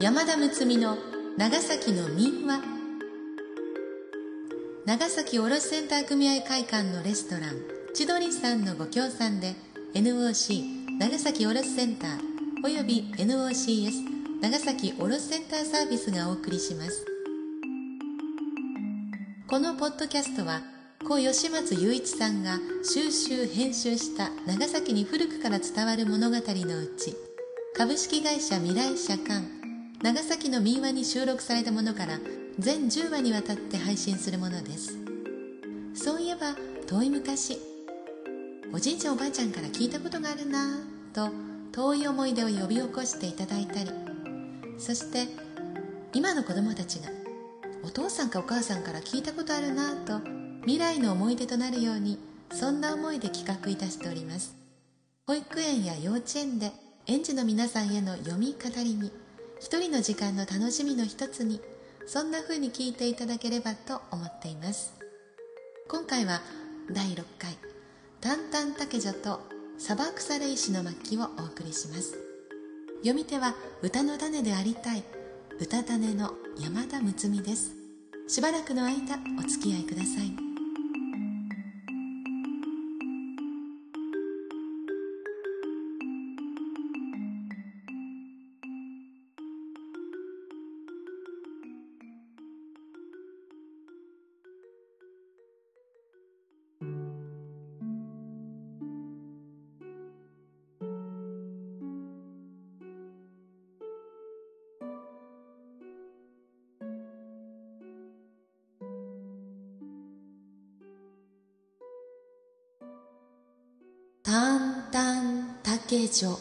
山田睦美の長崎の民話。長崎卸センター組合会館のレストラン千鳥さんのご協賛で NOC 長崎卸センターおよび NOCS 長崎卸センターサービスがお送りします。このポッドキャストは故吉松雄一さんが収集編集した長崎に古くから伝わる物語のうち、株式会社未来社館長崎の民話に収録されたものから全10話にわたって配信するものです。そういえば遠い昔、おじいちゃんおばあちゃんから聞いたことがあるなぁと遠い思い出を呼び起こしていただいたり、そして今の子供たちがお父さんかお母さんから聞いたことあるなぁと未来の思い出となるように、そんな思いで企画いたしております。保育園や幼稚園で園児の皆さんへの読み語りに、一人の時間の楽しみの一つに、そんな風に聞いていただければと思っています。今回は第6回タンタン竹女とサバクサレイシの末期をお送りします。読み手は歌の種でありたい歌種の山田睦美です。しばらくの間お付き合いください。タンタン竹女。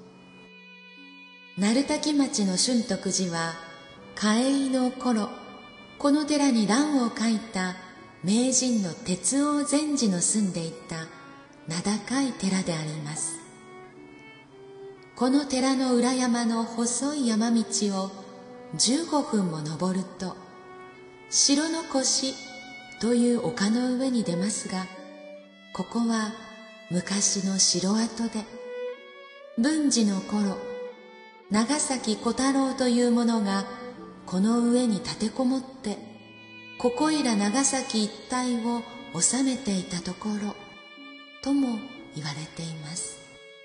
鳴滝町の春徳寺は嘉永の頃、この寺に蘭を書いた名人の鉄王禅師の住んでいた名高い寺であります。この寺の裏山の細い山道を15分も登ると、城の腰という丘の上に出ますが、ここは昔の城跡で、文治の頃、長崎小太郎という者がこの上に立てこもって、ここいら長崎一帯を治めていたところとも言われています。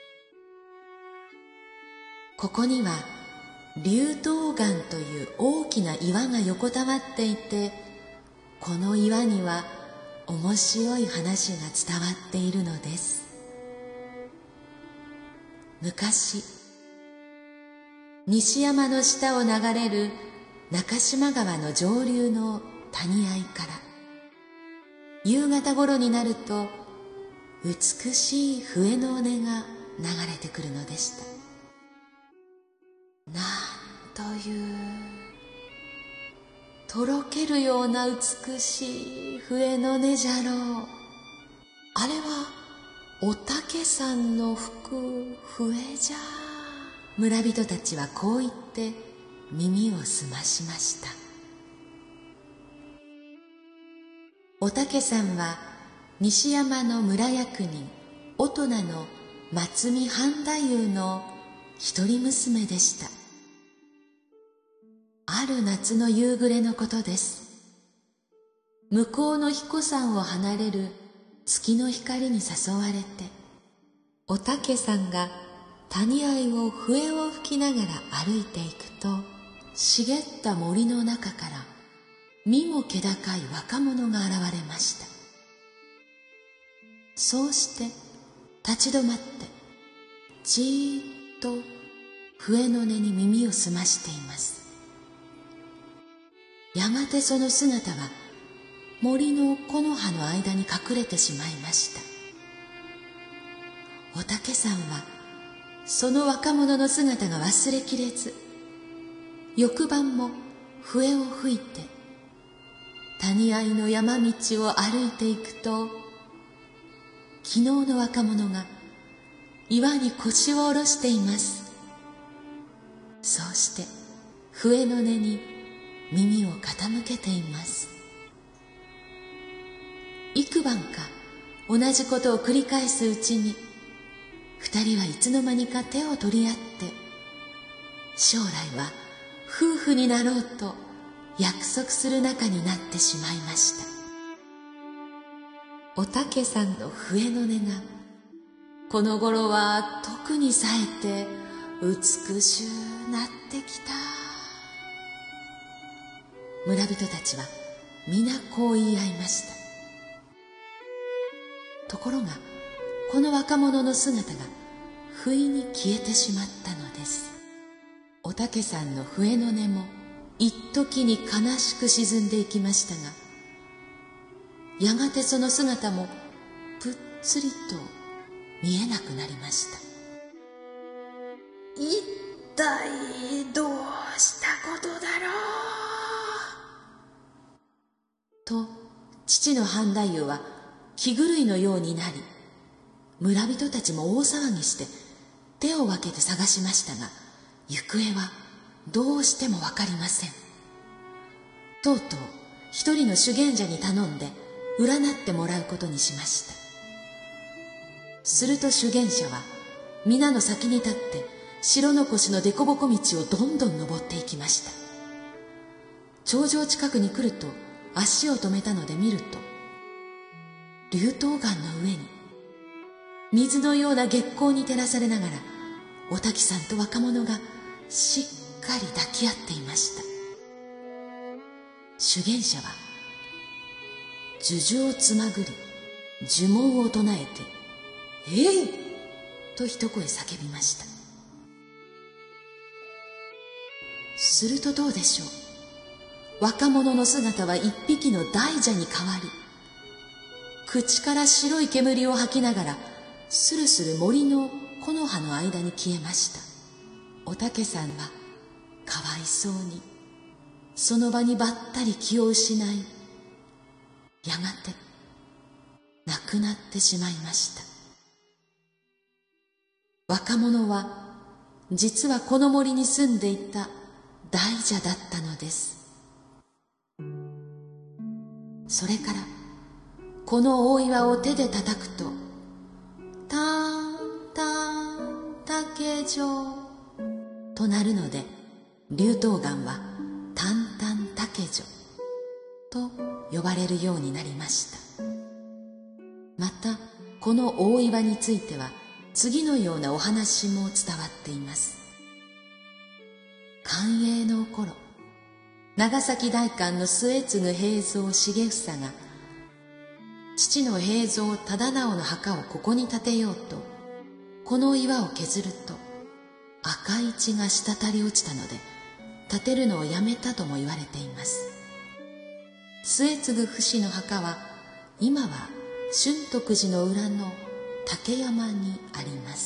ここには龍頭岩という大きな岩が横たわっていて、この岩には面白い話が伝わっているのです。昔、西山の下を流れる中島川の上流の谷合から夕方ごろになると美しい笛の音が流れてくるのでした。なんというとろけるような美しい笛の音じゃろう。あれはお竹さんの吹く笛じゃ。村人たちはこう言って耳を澄ましました。お竹さんは西山の村役人大人の松見半太夫の一人娘でした。ある夏の夕暮れのことです。向こうの彦山を離れる月の光に誘われて、お竹さんが谷合を笛を吹きながら歩いていくと、茂った森の中から身も気高い若者が現れました。そうして立ち止まってじーっと笛の音に耳を澄ましています。やがてその姿は森の木の葉の間に隠れてしまいました。お竹さんはその若者の姿が忘れきれず、翌晩も笛を吹いて谷合の山道を歩いていくと、昨日の若者が岩に腰を下ろしています。そうして笛の音に耳を傾けています。幾晩か同じことを繰り返すうちに、二人はいつの間にか手を取り合って、将来は夫婦になろうと約束する仲になってしまいました。おたけさんの笛の音がこの頃は特に冴えて美しゅうなってきた。村人たちは皆こう言い合いました。ところがこの若者の姿が不意に消えてしまったのです。おたけさんの笛の音も一時に悲しく沈んでいきましたが、やがてその姿もぷっつりと見えなくなりました。一体どうしたことだろうと、父の半太夫は気狂いのようになり、村人たちも大騒ぎして手を分けて探しましたが、行方はどうしてもわかりません。とうとう一人の修験者に頼んで占ってもらうことにしました。すると修験者は皆の先に立って白の腰の凸凹道をどんどん登っていきました。頂上近くに来ると足を止めたので見ると、竜頭岩の上に水のような月光に照らされながらおたきさんと若者がしっかり抱き合っていました。修験者は樹樹をつまぐり呪文を唱えて「えい!」と一声叫びました。するとどうでしょう、若者の姿は一匹の大蛇に変わり、口から白い煙を吐きながらするする森の木の葉の間に消えました。おたけさんはかわいそうにその場にばったり気を失い、やがて亡くなってしまいました。若者は実はこの森に住んでいた大蛇だったのです。それからこの大岩を手で叩くと、たーんたーん竹城となるので、竜頭岩はたんたん竹城と呼ばれるようになりました。またこの大岩については次のようなお話も伝わっています。寛永の頃、長崎代官の末継平蔵重房が父の平蔵忠直の墓をここに建てようとこの岩を削ると、赤い血が滴り落ちたので建てるのをやめたとも言われています。末継不死の墓は今は春徳寺の裏の竹山にあります。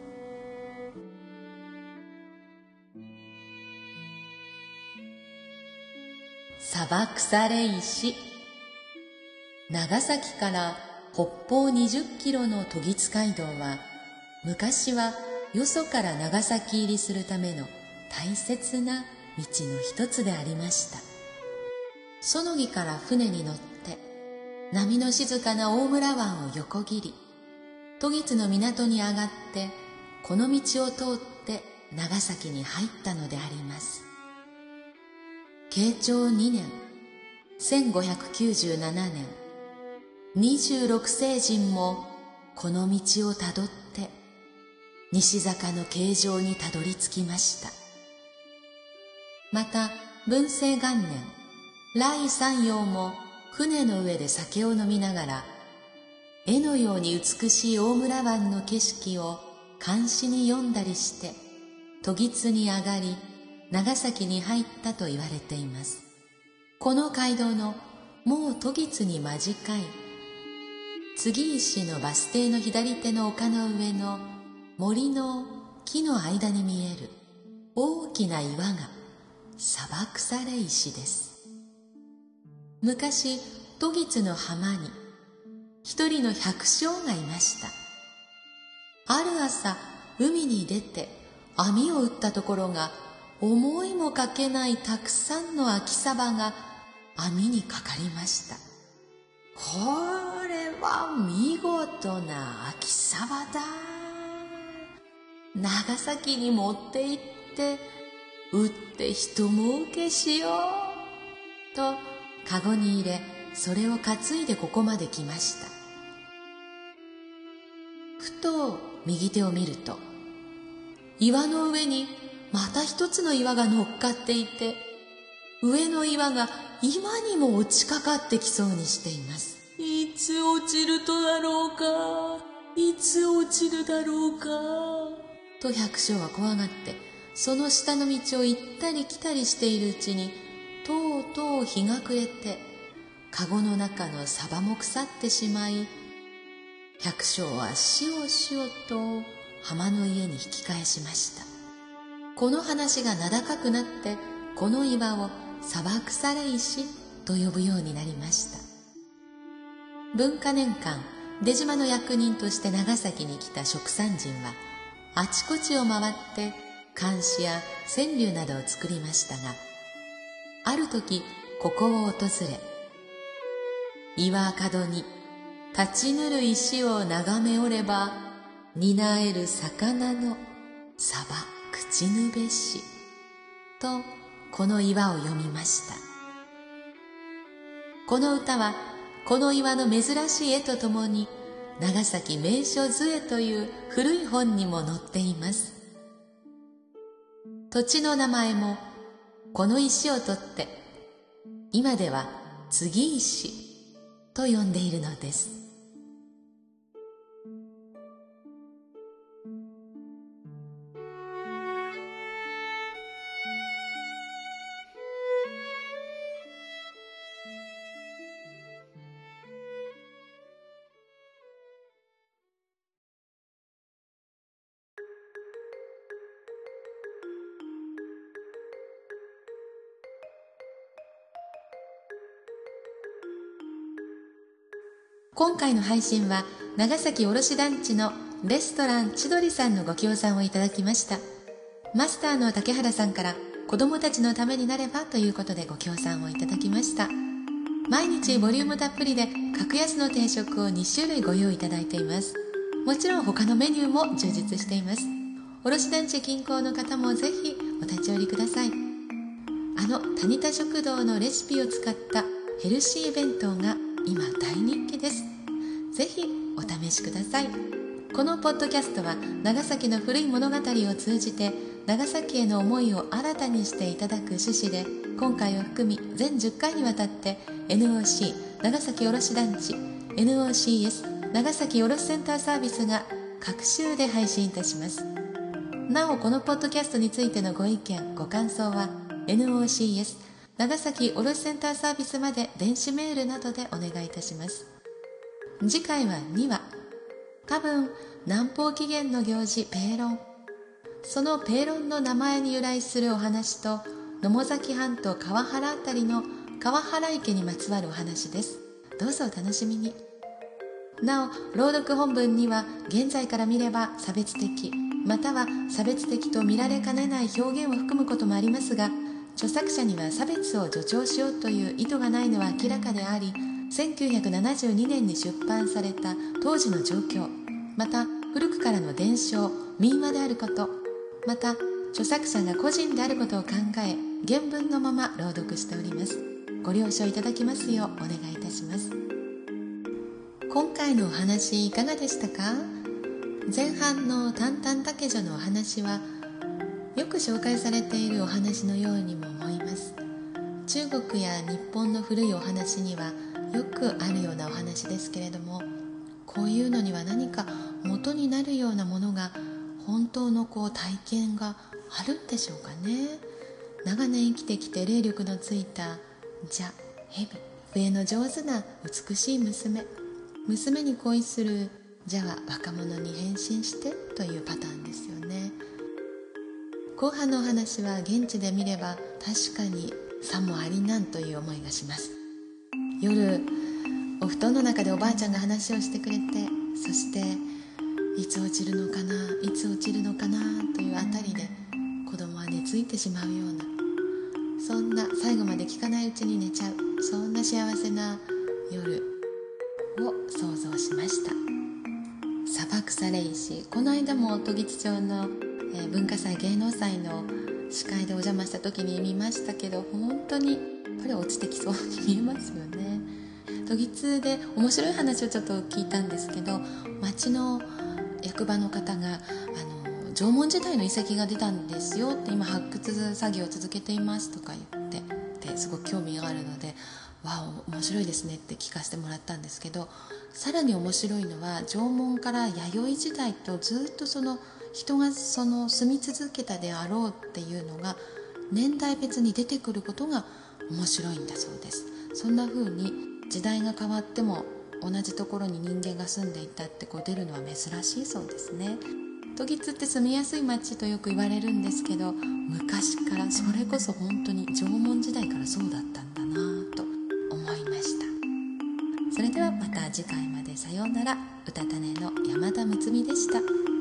鯖腐れ石。長崎から北方20キロの都議津街道は、昔はよそから長崎入りするための大切な道の一つでありました。園木から船に乗って波の静かな大村湾を横切り、都議津の港に上がってこの道を通って長崎に入ったのであります。慶長2年1597年、26聖人もこの道をたどって西坂の形状にたどり着きました。また文政元年、来三陽も船の上で酒を飲みながら絵のように美しい大村湾の景色を漢詩に読んだりして都議津に上がり長崎に入ったと言われています。この街道のもう都議津に間近い継石のバス停の左手の丘の上の森の木の間に見える大きな岩が鯖腐れ石です。昔都議津の浜に一人の百姓がいました。ある朝海に出て網を打ったところが、思いもかけないたくさんの秋鯖が網にかかりました。これは見事な秋鯖だ。長崎に持って行って売って一儲けしようとかごに入れ、それを担いでここまで来ました。ふと右手を見ると、岩の上にまた一つの岩が乗っかっていて、上の岩が今にも落ちかかってきそうにしています。いつ落ちるとだろうか、いつ落ちるだろうかと百姓は怖がって、その下の道を行ったり来たりしているうちに、とうとう日が暮れて、かごの中のサバも腐ってしまい、百姓はしおしおと浜の家に引き返しました。この話が名高くなって、この岩をサバ腐れ石と呼ぶようになりました。文化年間、出島の役人として長崎に来た蜀山人は、あちこちを回って漢詩や川柳などを作りましたが、ある時ここを訪れ、岩角に立ちぬる石を眺めおれば、担える魚のサバ口ぬべしとこの岩を読みました。この歌はこの岩の珍しい絵とともに、長崎名所図絵という古い本にも載っています。土地の名前もこの石を取って、今では継石と呼んでいるのです。今回の配信は長崎卸団地のレストラン千鳥さんのご協賛をいただきました。マスターの竹原さんから子供たちのためになればということでご協賛をいただきました。毎日ボリュームたっぷりで格安の定食を2種類ご用意いただいています。もちろん他のメニューも充実しています。卸団地近郊の方もぜひお立ち寄りください。タニタ食堂のレシピを使ったヘルシー弁当が今大人気です。ぜひお試しください。このポッドキャストは長崎の古い物語を通じて長崎への思いを新たにしていただく趣旨で、今回を含み全10回にわたって NOC 長崎卸団地、 NOCS 長崎卸センターサービスが各週で配信いたします。なおこのポッドキャストについてのご意見ご感想は NOCS 長崎卸センターサービスまで電子メールなどでお願いいたします。次回は2話、多分南方起源の行事ペーロン、そのペーロンの名前に由来するお話と、野母崎半島川原あたりの川原池にまつわるお話です。どうぞお楽しみに。なお朗読本文には現在から見れば差別的または差別的と見られかねない表現を含むこともありますが、著作者には差別を助長しようという意図がないのは明らかであり、1972年に出版された当時の状況、また古くからの伝承民話であること、また著作者が個人であることを考え、原文のまま朗読しております。ご了承いただきますようお願いいたします。今回のお話いかがでしたか？前半のタンタン竹女のお話はよく紹介されているお話のようにも思います。中国や日本の古いお話にはよくあるようなお話ですけれども、こういうのには何か元になるようなものが、本当の体験があるんでしょうかね。長年生きてきて霊力のついた蛇、蛇、笛の上手な美しい娘に恋する蛇は若者に変身してというパターンですよね。後半のお話は現地で見れば確かにさもありなんという思いがします。夜お布団の中でおばあちゃんが話をしてくれて、そしていつ落ちるのかな、いつ落ちるのかなというあたりで子供は寝ついてしまうような、そんな最後まで聞かないうちに寝ちゃう、そんな幸せな夜を想像しました。サバ腐れ石、この間も渡木町の文化祭芸能祭の視界でお邪魔した時に見ましたけど、本当にこれ落ちてきそうに見えますよね。都議通で面白い話をちょっと聞いたんですけど、町の役場の方が縄文時代の遺跡が出たんですよって、今発掘作業を続けていますとか言ってすごく興味があるので、わあ面白いですねって聞かせてもらったんですけど、さらに面白いのは縄文から弥生時代とずっと人が住み続けたであろうっていうのが年代別に出てくることが面白いんだそうです。そんな風に時代が変わっても同じところに人間が住んでいたって出るのは珍しいそうですね。都議津って住みやすい町とよく言われるんですけど、昔からそれこそ本当に縄文時代からそうだったんだなと思いました。それではまた次回まで。さようなら。うたたねの山田睦美でした。